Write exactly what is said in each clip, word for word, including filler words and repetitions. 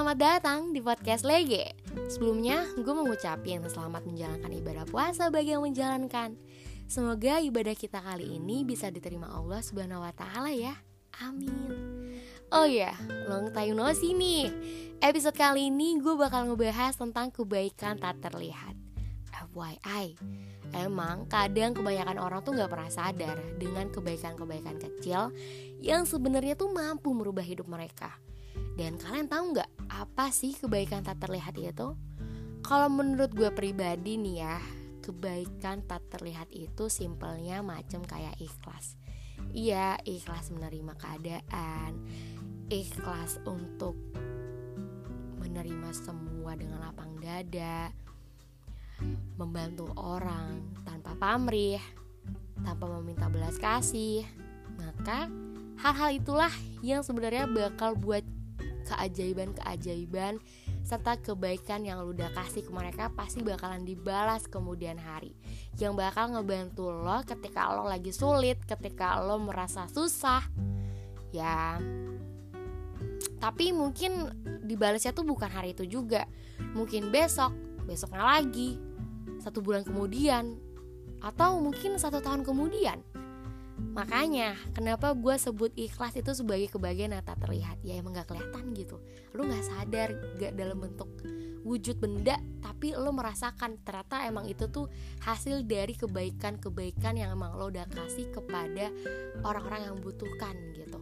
selamat datang di podcast Lege. Sebelumnya, gue mau ngucapin selamat menjalankan ibadah puasa bagi yang menjalankan. Semoga ibadah kita kali ini bisa diterima Allah Subhanahu wa Ta'ala ya. Amin. Oh ya, long time no see nih. Episode kali ini gue bakal ngebahas tentang kebaikan tak terlihat. F Y I, emang kadang kebanyakan orang tuh gak pernah sadar dengan kebaikan-kebaikan kecil yang sebenarnya tuh mampu merubah hidup mereka. Dan kalian tahu gak apa sih kebaikan tak terlihat itu? Kalau menurut gue pribadi nih ya, kebaikan tak terlihat itu simpelnya macam kayak ikhlas. Iya, ikhlas menerima keadaan, ikhlas untuk menerima semua dengan lapang dada, membantu orang tanpa pamrih, tanpa meminta belas kasih. Maka hal-hal itulah yang sebenarnya bakal buat keajaiban-keajaiban serta kebaikan yang lu udah kasih ke mereka pasti bakalan dibalas kemudian hari, yang bakal ngebantu lo ketika lo lagi sulit, ketika lo merasa susah ya. Tapi mungkin dibalasnya tuh bukan hari itu juga, mungkin besok, besoknya lagi, satu bulan kemudian, atau mungkin satu tahun kemudian. Makanya kenapa gue sebut ikhlas itu sebagai kebahagiaan yang tak terlihat. Ya emang gak kelihatan gitu, lu gak sadar, gak dalam bentuk wujud benda, tapi lu merasakan ternyata emang itu tuh hasil dari kebaikan-kebaikan yang emang lo udah kasih kepada orang-orang yang membutuhkan gitu.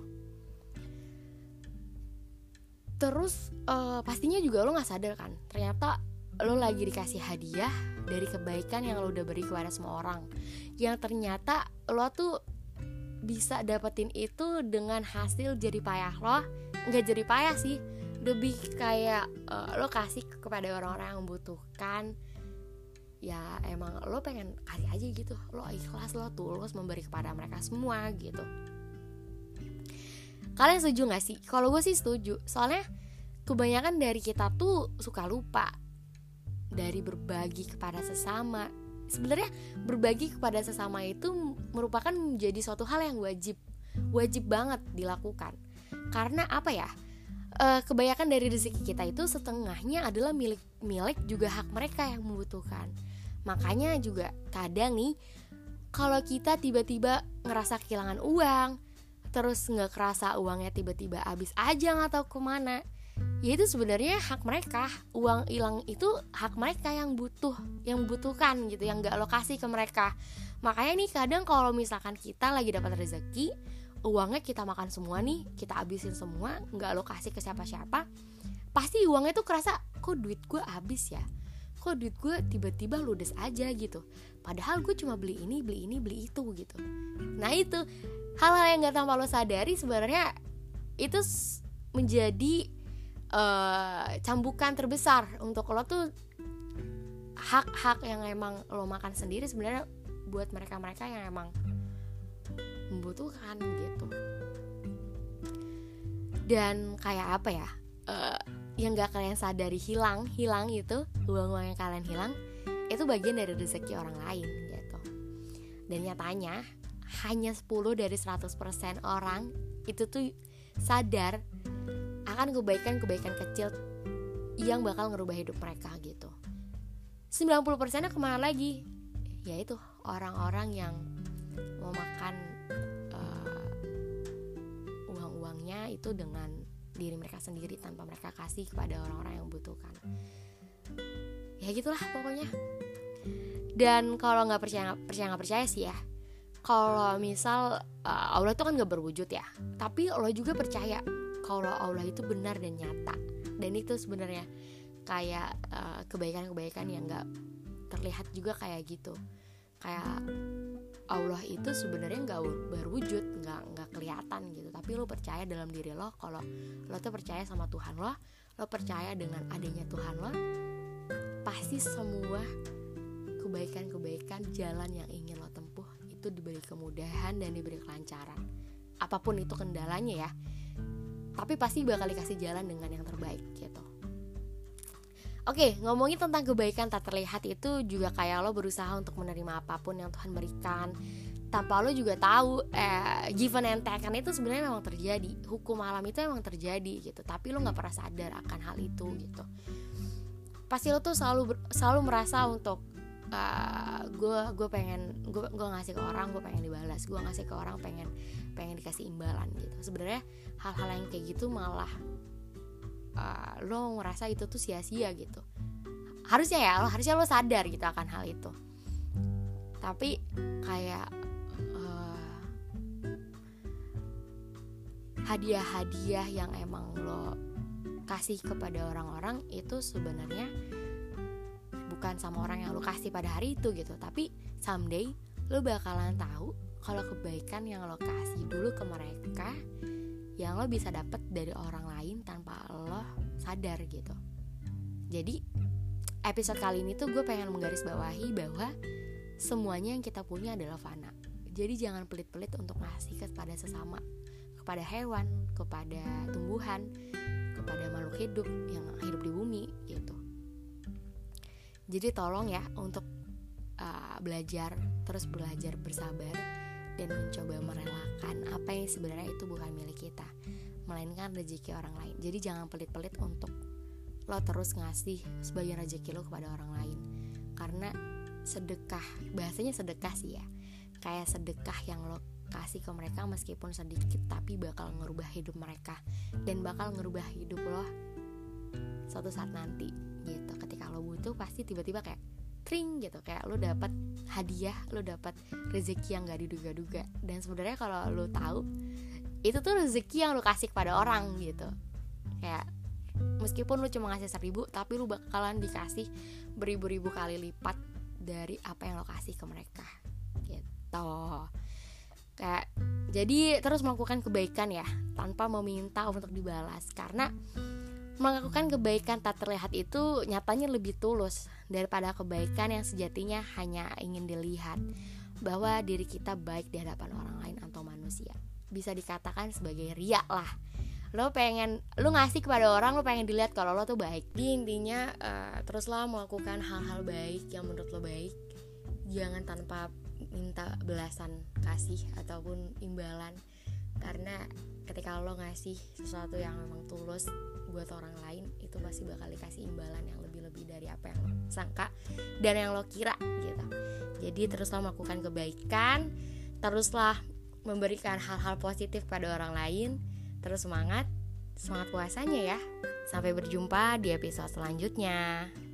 Terus uh, pastinya juga lo gak sadar kan, ternyata lo lagi dikasih hadiah dari kebaikan yang lo udah beri kepada semua orang, yang ternyata lo tuh bisa dapetin itu dengan hasil jerih payah lo. Nggak jerih payah sih, lebih kayak uh, lo kasih kepada orang-orang yang membutuhkan. Ya emang lo pengen kasih aja gitu, lo ikhlas, lo tulus memberi kepada mereka semua gitu. Kalian setuju gak sih? Kalau gue sih setuju, soalnya kebanyakan dari kita tuh suka lupa dari berbagi kepada sesama. Sebenarnya berbagi kepada sesama itu merupakan menjadi suatu hal yang wajib Wajib banget dilakukan. Karena apa ya, e, kebanyakan dari rezeki kita itu setengahnya adalah milik milik juga hak mereka yang membutuhkan. Makanya juga kadang nih, kalau kita tiba-tiba ngerasa kehilangan uang, terus gak kerasa uangnya tiba-tiba habis aja gak tahu kemana, ya itu sebenarnya hak mereka. Uang hilang itu hak mereka yang butuh, yang membutuhkan gitu, yang gak lo kasih ke mereka. Makanya nih kadang kalau misalkan kita lagi dapat rezeki, uangnya kita makan semua nih, kita habisin semua, gak lo kasih ke siapa-siapa, pasti uangnya tuh kerasa, kok duit gue habis ya, kok duit gue tiba-tiba ludes aja gitu, padahal gue cuma beli ini, beli ini, beli itu gitu. Nah itu hal-hal yang gak tanpa lo sadari sebenarnya itu menjadi Uh, cambukan terbesar untuk lo tuh. Hak-hak yang emang lo makan sendiri sebenarnya buat mereka-mereka yang emang membutuhkan gitu. Dan kayak apa ya, uh, yang gak kalian sadari hilang Hilang itu, uang-uang yang kalian hilang itu bagian dari rezeki orang lain gitu. Dan nyatanya hanya sepuluh dari seratus persen orang itu tuh sadar akan kebaikan-kebaikan kecil yang bakal ngerubah hidup mereka gitu. sembilan puluh persennya kemana lagi? Yaitu orang-orang yang mau makan uh, uang-uangnya itu dengan diri mereka sendiri tanpa mereka kasih kepada orang-orang yang membutuhkan. Ya gitulah pokoknya. Dan kalau nggak percaya percaya nggak percaya sih ya, kalau misal uh, Allah itu kan nggak berwujud ya, tapi Allah juga percaya kalau Allah itu benar dan nyata. Dan itu sebenarnya kayak uh, kebaikan-kebaikan yang gak terlihat juga kayak gitu. Kayak Allah itu sebenarnya gak berwujud, gak, gak kelihatan gitu, tapi lo percaya dalam diri lo kalau lo tuh percaya sama Tuhan lo, lo percaya dengan adanya Tuhan lo, pasti semua kebaikan-kebaikan jalan yang ingin lo tempuh itu diberi kemudahan dan diberi kelancaran. Apapun itu kendalanya ya, tapi pasti bakal dikasih jalan dengan yang terbaik gitu. Oke, ngomongin tentang kebaikan tak terlihat itu juga kayak lo berusaha untuk menerima apapun yang Tuhan berikan tanpa lo juga tahu eh, given and taken itu sebenarnya memang terjadi, hukum alam itu memang terjadi gitu, tapi lo nggak pernah sadar akan hal itu gitu. Pasti lo tuh selalu selalu merasa untuk gue uh, gue pengen gue gue ngasih ke orang, gue pengen dibalas, gue ngasih ke orang pengen pengen dikasih imbalan gitu. Sebenarnya hal-hal yang kayak gitu malah uh, lo ngerasa itu tuh sia-sia gitu. Harusnya ya lo harusnya lo sadar gitu akan hal itu. Tapi kayak uh, hadiah-hadiah yang emang lo kasih kepada orang-orang itu sebenarnya bukan sama orang yang lo kasih pada hari itu gitu, tapi someday lo bakalan tahu kalau kebaikan yang lo kasih dulu ke mereka yang lo bisa dapet dari orang lain tanpa lo sadar gitu. Jadi episode kali ini tuh gue pengen menggarisbawahi bahwa semuanya yang kita punya adalah fana. Jadi jangan pelit-pelit untuk ngasih kepada sesama, kepada hewan, kepada tumbuhan, kepada makhluk hidup yang hidup di bumi gitu. Jadi tolong ya untuk uh, belajar, terus belajar bersabar dan mencoba merelakan apa yang sebenarnya itu bukan milik kita, melainkan rezeki orang lain. Jadi jangan pelit-pelit untuk lo terus ngasih sebagian rezeki lo kepada orang lain. Karena sedekah, bahasanya sedekah sih ya, kayak sedekah yang lo kasih ke mereka meskipun sedikit tapi bakal ngerubah hidup mereka dan bakal ngerubah hidup lo suatu saat nanti gitu. Ketika lo butuh pasti tiba-tiba kayak tring gitu, kayak lo dapat hadiah, lo dapat rezeki yang gak diduga-duga. Dan sebenarnya kalau lo tahu itu tuh rezeki yang lo kasih kepada orang gitu. Kayak meskipun lo cuma ngasih seribu, tapi lo bakalan dikasih beribu-ribu kali lipat dari apa yang lo kasih ke mereka gitu. Kayak jadi terus melakukan kebaikan ya tanpa meminta untuk dibalas, karena melakukan kebaikan tak terlihat itu nyatanya lebih tulus daripada kebaikan yang sejatinya hanya ingin dilihat bahwa diri kita baik di hadapan orang lain atau manusia. Bisa dikatakan sebagai riya lah. Lo pengen, lo ngasih kepada orang, lo pengen dilihat kalau lo tuh baik. Di intinya uh, teruslah melakukan hal-hal baik yang menurut lo baik. Jangan tanpa minta belasan kasih ataupun imbalan. Karena ketika lo ngasih sesuatu yang memang tulus buat orang lain, itu pasti bakal dikasih imbalan yang lebih-lebih dari apa yang lo sangka dan yang lo kira gitu. Jadi teruslah melakukan kebaikan, teruslah memberikan hal-hal positif pada orang lain. Terus semangat, semangat puasanya ya. Sampai berjumpa di episode selanjutnya.